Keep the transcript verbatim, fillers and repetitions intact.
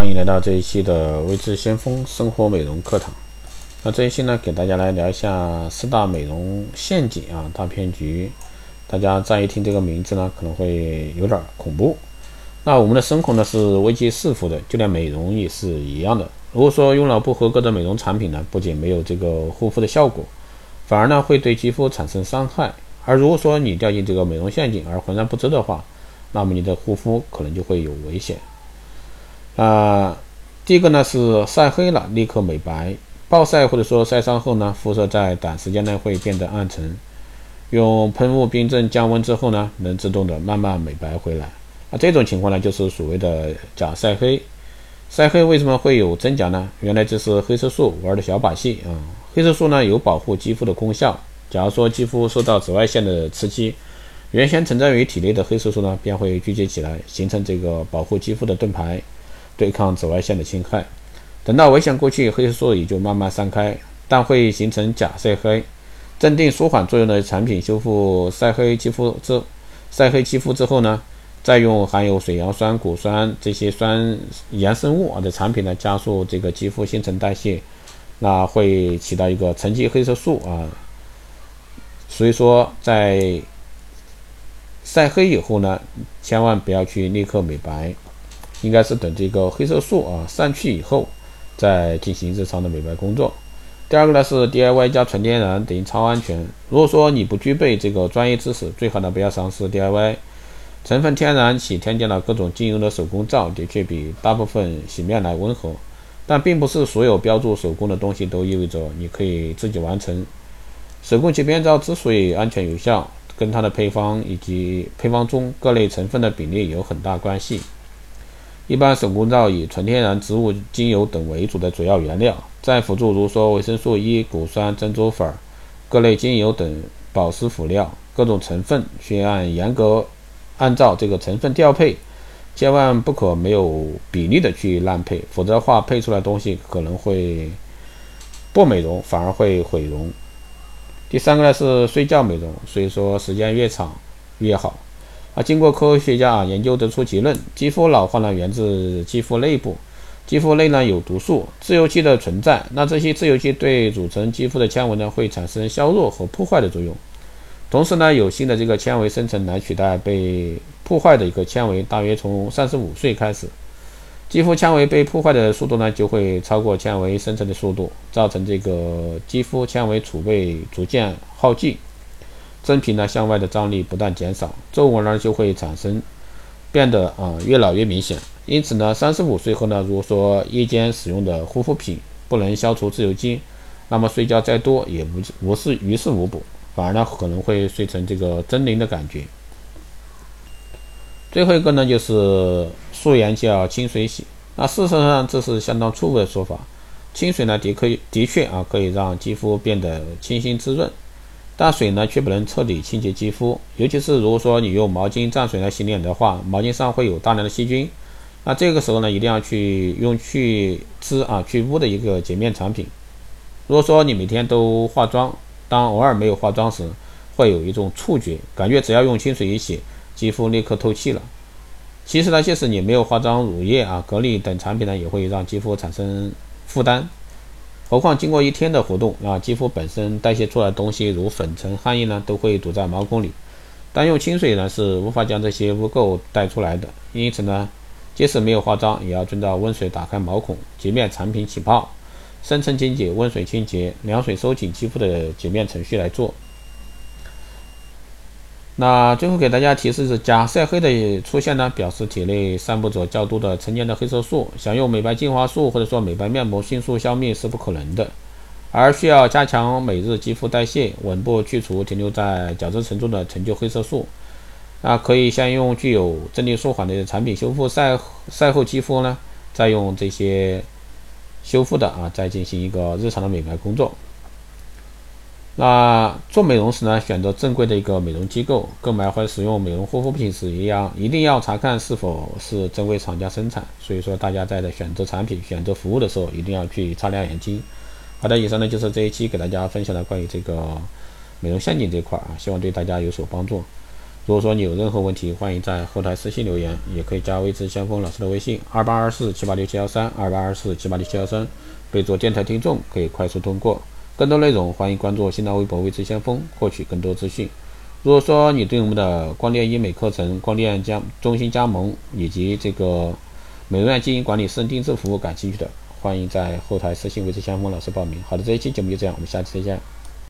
欢迎来到这一期的微知先锋生活美容课堂。那这一期呢，给大家来聊一下四大美容陷阱啊，大骗局。大家再一听这个名字呢，可能会有点恐怖。那我们的生活呢是危机四伏的，就连美容也是一样的。如果说用了不合格的美容产品呢，不仅没有这个护肤的效果，反而呢会对肌肤产生伤害。而如果说你掉进这个美容陷阱而浑然不知的话，那么你的护肤可能就会有危险。啊、呃，第一个呢是晒黑了立刻美白，暴晒或者说晒伤后呢，肤色在短时间内会变得暗沉，用喷雾冰镇降温之后呢，能自动的慢慢美白回来。啊，这种情况呢就是所谓的假晒黑。晒黑为什么会有真假呢？原来这是黑色素玩的小把戏啊、嗯。黑色素呢有保护肌肤的功效，假如说肌肤受到紫外线的刺激，原先存在于体内的黑色素呢便会聚集起来，形成这个保护肌肤的盾牌，对抗紫外线的侵害。等到危险过去，黑色素也就慢慢散开，但会形成假晒黑。镇定舒缓作用的产品修复晒黑肌肤之晒黑肌肤之后呢，再用含有水杨酸、果酸这些酸衍生物的产品呢，加速这个肌肤新陈代谢，那会起到一个沉积黑色素啊。所以说，在晒黑以后呢，千万不要去立刻美白，应该是等这个黑色素啊散去以后，再进行日常的美白工作。第二个呢是 D I Y 加纯天然等于超安全。如果说你不具备这个专业知识，最好呢不要尝试 D I Y。成分天然且添加了各种精油的手工皂，的确比大部分洗面奶温和，但并不是所有标注手工的东西都意味着你可以自己完成。手工洁面皂之所以安全有效，跟它的配方以及配方中各类成分的比例有很大关系。一般手工皂以纯天然植物精油等为主的主要原料，再辅助如说维生素 E、果酸、珍珠粉、各类精油等保湿辅料，各种成分需按严格按照这个成分调配，千万不可没有比例的去滥配，否则的话配出来的东西可能会不美容，反而会毁容。第三个呢是睡觉美容，所以说时间越长越好。啊，经过科学家啊研究得出结论，肌肤老化呢源自肌肤内部，肌肤内呢有毒素、自由基的存在，那这些自由基对组成肌肤的纤维呢会产生削弱和破坏的作用。同时呢，有新的这个纤维生成来取代被破坏的一个纤维，大约从三十五岁开始，肌肤纤维被破坏的速度呢就会超过纤维生成的速度，造成这个肌肤纤维储备逐渐耗尽。真皮呢向外的张力不但减少，皱纹呢就会产生，变得啊、呃、越老越明显。因此呢，三十五岁后呢，如果说夜间使用的护肤品不能消除自由基，那么睡觉再多也无无是于事无补，反而呢可能会睡成这个狰狞的感觉。最后一个呢就是素颜就要清水洗，那事实上这是相当错误的说法。清水呢的确的确啊可以让肌肤变得清新滋润，但水呢却不能彻底清洁肌肤，尤其是如果说你用毛巾蘸水来洗脸的话，毛巾上会有大量的细菌，那这个时候呢一定要去用去脂啊去污的一个洁面产品。如果说你每天都化妆，当偶尔没有化妆时，会有一种触觉，感觉只要用清水一洗，肌肤立刻透气了。其实呢，即使你没有化妆，乳液啊、隔离等产品呢，也会让肌肤产生负担。何况经过一天的活动啊，肌肤本身代谢出来的东西，如粉尘、汗液呢，都会堵在毛孔里。单用清水呢，是无法将这些污垢带出来的。因此呢，即使没有化妆，也要遵照温水打开毛孔、洁面产品起泡、深层清洁、温水清洁、凉水收紧肌肤的洁面程序来做。那最后给大家提示是，假晒黑的出现呢，表示体内散布着较多的陈年的黑色素，想用美白精华素或者说美白面膜迅速消灭是不可能的，而需要加强每日肌肤代谢，稳步去除停留在角质层中的陈旧黑色素。那可以先用具有镇定舒缓的产品修复晒晒后肌肤呢，再用这些修复的啊，再进行一个日常的美白工作。那做美容时呢，选择正规的一个美容机构，购买或使用美容护肤品时一样，一定要查看是否是正规厂家生产。所以说，大家在选择产品、选择服务的时候，一定要去擦亮眼睛。好的，以上呢就是这一期给大家分享的关于这个美容陷阱这一块啊，希望对大家有所帮助。 如果说你有任何问题，欢迎在后台私信留言，也可以加微智先锋老师的微信二八二四七八六七幺三二八二四七八六七幺三，备注电台听众可以快速通过。更多内容欢迎关注新浪微博微智先锋，获取更多资讯。如果说你对我们的光电医美课程、光电加中心加盟以及这个美容院经营管理、私人定制服务感兴趣的，欢迎在后台私信微智先锋老师报名。好的，这一期节目就这样，我们下期再见。